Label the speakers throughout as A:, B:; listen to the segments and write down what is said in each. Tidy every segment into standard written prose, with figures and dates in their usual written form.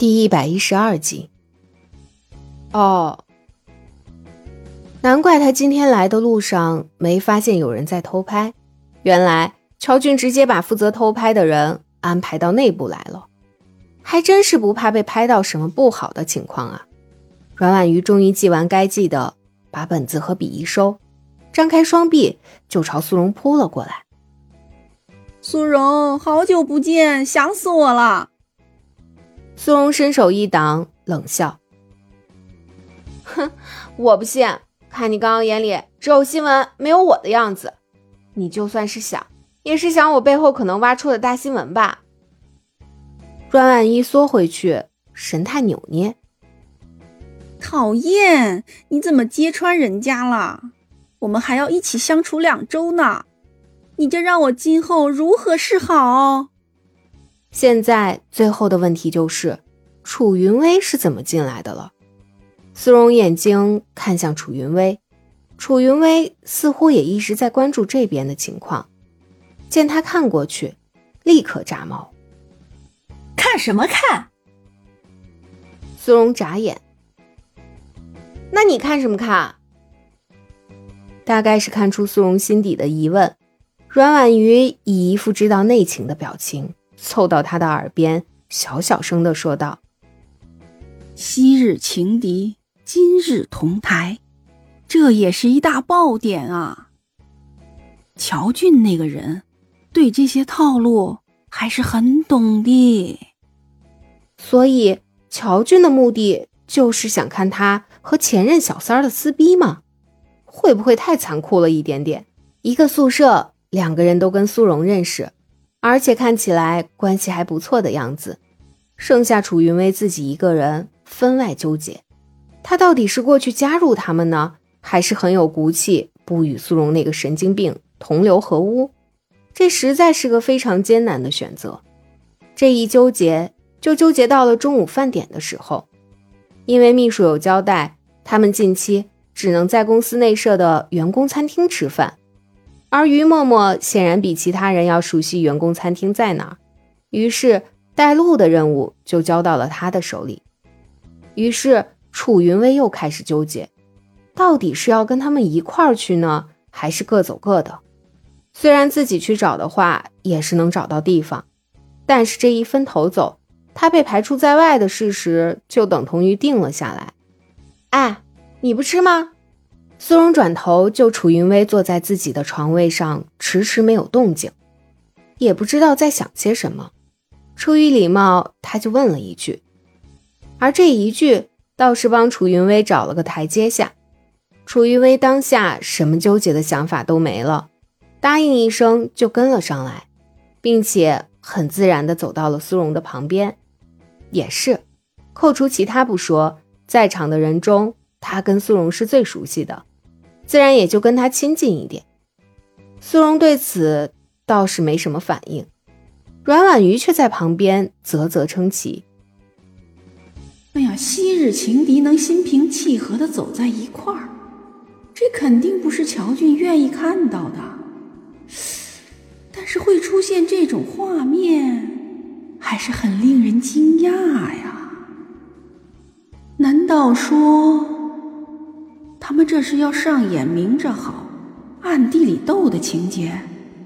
A: 第112集。难怪他今天来的路上没发现有人在偷拍，原来乔俊直接把负责偷拍的人安排到内部来了，还真是不怕被拍到什么不好的情况啊。阮婉瑜终于记完该记的，把本子和笔一收，张开双臂就朝苏荣扑了过来。
B: 苏荣，好久不见，想死我了。
A: 苏荣伸手一挡，冷笑，哼，我不信，看你刚刚眼里只有新闻没有我的样子，你就算是想也是想我背后可能挖出的大新闻吧。阮婉一缩回去，神态扭捏。
B: 讨厌，你怎么揭穿人家了？我们还要一起相处2周呢，你这让我今后如何是好？
A: 现在最后的问题就是楚云薇是怎么进来的了。苏荣眼睛看向楚云薇，楚云薇似乎也一直在关注这边的情况，见他看过去，立刻炸毛。
C: 看什么看？
A: 苏荣眨眼。那你看什么看？大概是看出苏荣心底的疑问，阮婉瑜以一副知道内情的表情凑到他的耳边，小小声地说道：
B: 昔日情敌，今日同台，这也是一大爆点啊。乔俊那个人对这些套路还是很懂的。
A: 所以乔俊的目的就是想看他和前任小三儿的撕逼吗？会不会太残酷了一点点？一个宿舍2个人都跟苏荣认识，而且看起来关系还不错的样子，剩下楚云薇自己一个人分外纠结，他到底是过去加入他们呢，还是很有骨气不与苏荣那个神经病同流合污？这实在是个非常艰难的选择。这一纠结就纠结到了中午饭点的时候，因为秘书有交代，他们近期只能在公司内设的员工餐厅吃饭，而于默默显然比其他人要熟悉员工餐厅在哪儿，于是带路的任务就交到了他的手里。于是楚云薇又开始纠结，到底是要跟他们一块儿去呢，还是各走各的？虽然自己去找的话也是能找到地方，但是这一分头走，他被排除在外的事实就等同于定了下来。哎，你不吃吗？苏荣转头就楚云薇坐在自己的床位上，迟迟没有动静，也不知道在想些什么。出于礼貌，他就问了一句，而这一句倒是帮楚云薇找了个台阶下。楚云薇当下什么纠结的想法都没了，答应一声就跟了上来，并且很自然地走到了苏荣的旁边。也是，扣除其他不说，在场的人中他跟苏荣是最熟悉的，自然也就跟他亲近一点。苏荣对此倒是没什么反应，阮婉瑜却在旁边啧啧称奇。
B: 哎呀，昔日情敌能心平气和地走在一块儿，这肯定不是乔俊愿意看到的。但是会出现这种画面，还是很令人惊讶呀。难道说他们这是要上演明着好暗地里斗的情节？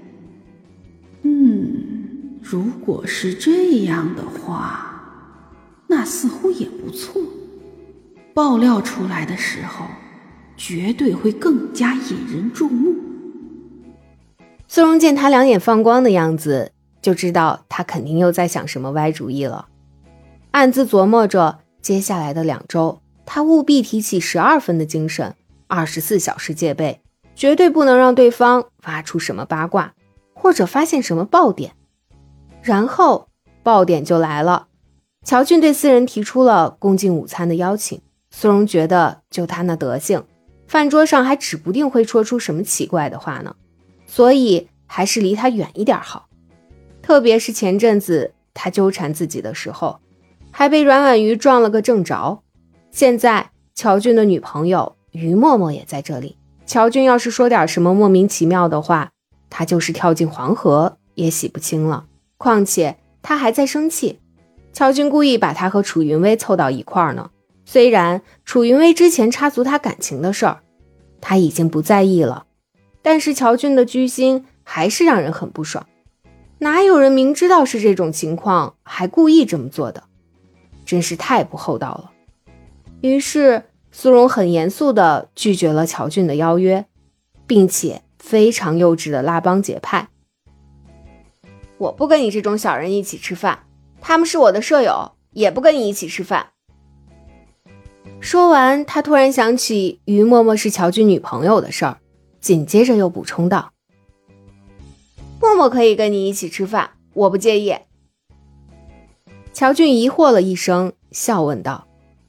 B: 如果是这样的话，那似乎也不错，爆料出来的时候绝对会更加引人注目。
A: 苏荣见他2眼放光的样子，就知道他肯定又在想什么歪主意了。暗自琢磨着接下来的2周，他务必提起12分的精神，24小时戒备，绝对不能让对方挖出什么八卦，或者发现什么爆点。然后爆点就来了，乔俊对4人提出了共进午餐的邀请。苏荣觉得就他那德行，饭桌上还指不定会说出什么奇怪的话呢，所以还是离他远一点好。特别是前阵子他纠缠自己的时候，还被阮婉瑜撞了个正着。现在乔俊的女朋友于默默也在这里，乔俊要是说点什么莫名其妙的话，他就是跳进黄河也洗不清了。况且他还在生气， 乔俊故意把他和楚云薇凑到一块儿呢。虽然楚云薇之前插足他感情的事儿，他已经不在意了，但是乔俊的居心还是让人很不爽。哪有人明知道是这种情况还故意这么做的，真是太不厚道了。于是苏荣很严肃地拒绝了乔俊的邀约，并且非常幼稚的拉帮结派。我不跟你这种小人一起吃饭，他们是我的舍友，也不跟你一起吃饭。说完，他突然想起于默默是乔俊女朋友的事儿，紧接着又补充道：默默可以跟你一起吃饭，我不介意。乔俊疑惑了一声，笑问道：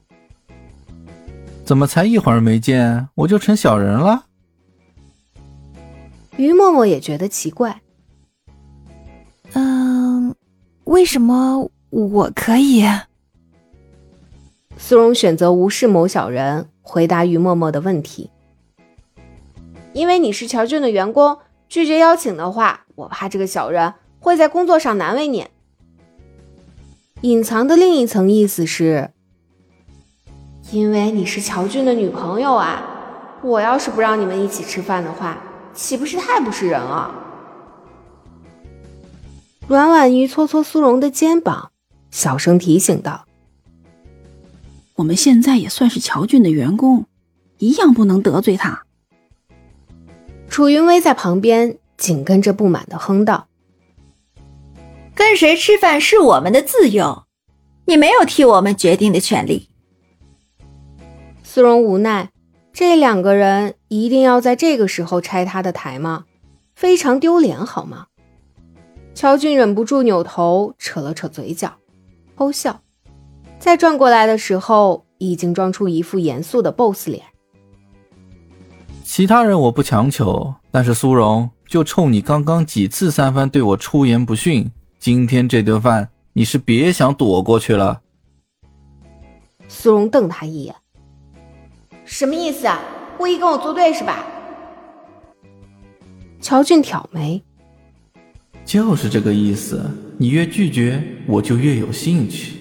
D: 怎么才一会儿没见，我就成小人了？
A: 于默默也觉得奇怪。
C: 为什么我可以？
A: 苏荣选择无视某小人，回答于默默的问题。因为你是乔俊的员工，拒绝邀请的话，我怕这个小人会在工作上难为你。隐藏的另一层意思是，因为你是乔俊的女朋友啊，我要是不让你们一起吃饭的话，岂不是太不是人了？阮婉瑜搓搓苏荣的肩膀，小声提醒道：
B: 我们现在也算是乔俊的员工，一样不能得罪他。
A: 楚云薇在旁边紧跟着不满地哼道：
C: 跟谁吃饭是我们的自由，你没有替我们决定的权利。
A: 苏荣无奈，这两个人一定要在这个时候拆他的台吗？非常丢脸好吗？乔俊忍不住扭头扯了扯嘴角，偷笑，再转过来的时候，已经装出一副严肃的 boss 脸。
D: 其他人我不强求，但是苏荣，就冲你刚刚几次三番对我出言不逊，今天这顿饭你是别想躲过去了。
A: 苏荣瞪他一眼：什么意思啊？故意跟我作对是吧？乔俊挑眉：
D: 就是这个意思，你越拒绝我就越有兴趣。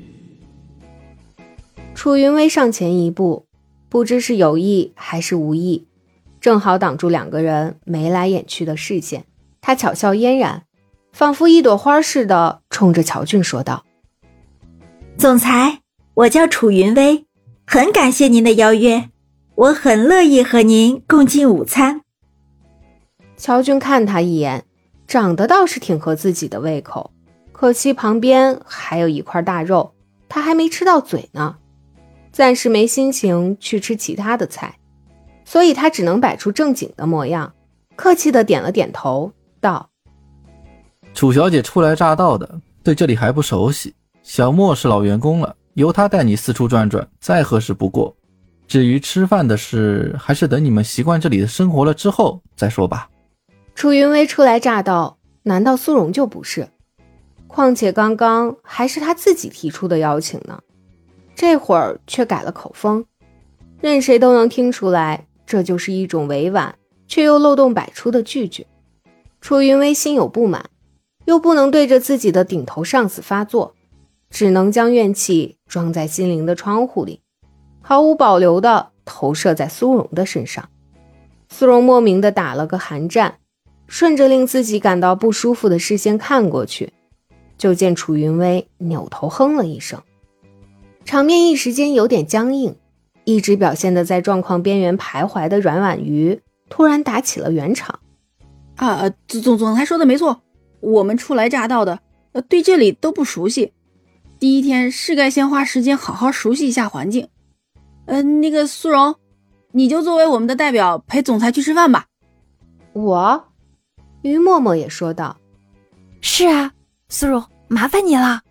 A: 楚云薇上前一步，不知是有意还是无意，正好挡住两个人眉来眼去的视线。他巧笑嫣然，仿佛一朵花似的冲着乔俊说道：
C: 总裁，我叫楚云薇，很感谢您的邀约，我很乐意和您共进午餐。
A: 乔俊看他一眼，长得倒是挺合自己的胃口，可惜旁边还有一块大肉，他还没吃到嘴呢，暂时没心情去吃其他的菜，所以他只能摆出正经的模样，客气地点了点头，道：
D: 楚小姐初来乍到的，对这里还不熟悉，小莫是老员工了，由他带你四处转转，再合适不过。至于吃饭的事，还是等你们习惯这里的生活了之后再说吧。
A: 楚云薇初来乍到，难道苏荣就不是？况且刚刚还是他自己提出的邀请呢，这会儿却改了口风，任谁都能听出来，这就是一种委婉却又漏洞百出的拒绝。楚云薇心有不满，又不能对着自己的顶头上司发作，只能将怨气装在心灵的窗户里，毫无保留地投射在苏荣的身上。苏荣莫名地打了个寒战，顺着令自己感到不舒服的视线看过去，就见楚云薇扭头哼了一声，场面一时间有点僵硬。一直表现得在状况边缘徘徊的阮婉瑜突然打起了圆场。
B: 总裁说的没错，我们初来乍到的，对这里都不熟悉，第一天是该先花时间好好熟悉一下环境。那个苏荣，你就作为我们的代表陪总裁去吃饭吧。
A: 我？于默默也说道。
C: 是啊，苏荣，麻烦你了。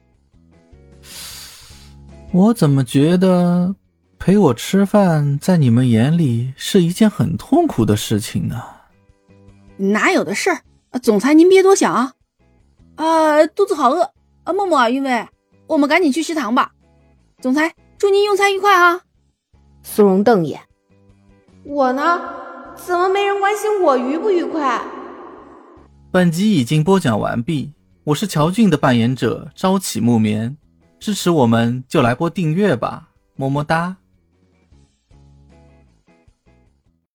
D: 我怎么觉得陪我吃饭在你们眼里是一件很痛苦的事情呢？
B: 哪有的事儿，总裁您别多想啊。肚子好饿啊，默默云薇，我们赶紧去食堂吧。总裁，祝您用餐愉快啊。
A: 苏荣瞪眼，我呢？怎么没人关心我愉不愉快？
D: 本集已经播讲完毕，我是乔俊的扮演者朝起木棉。 支持我们就来波订阅吧，么么哒。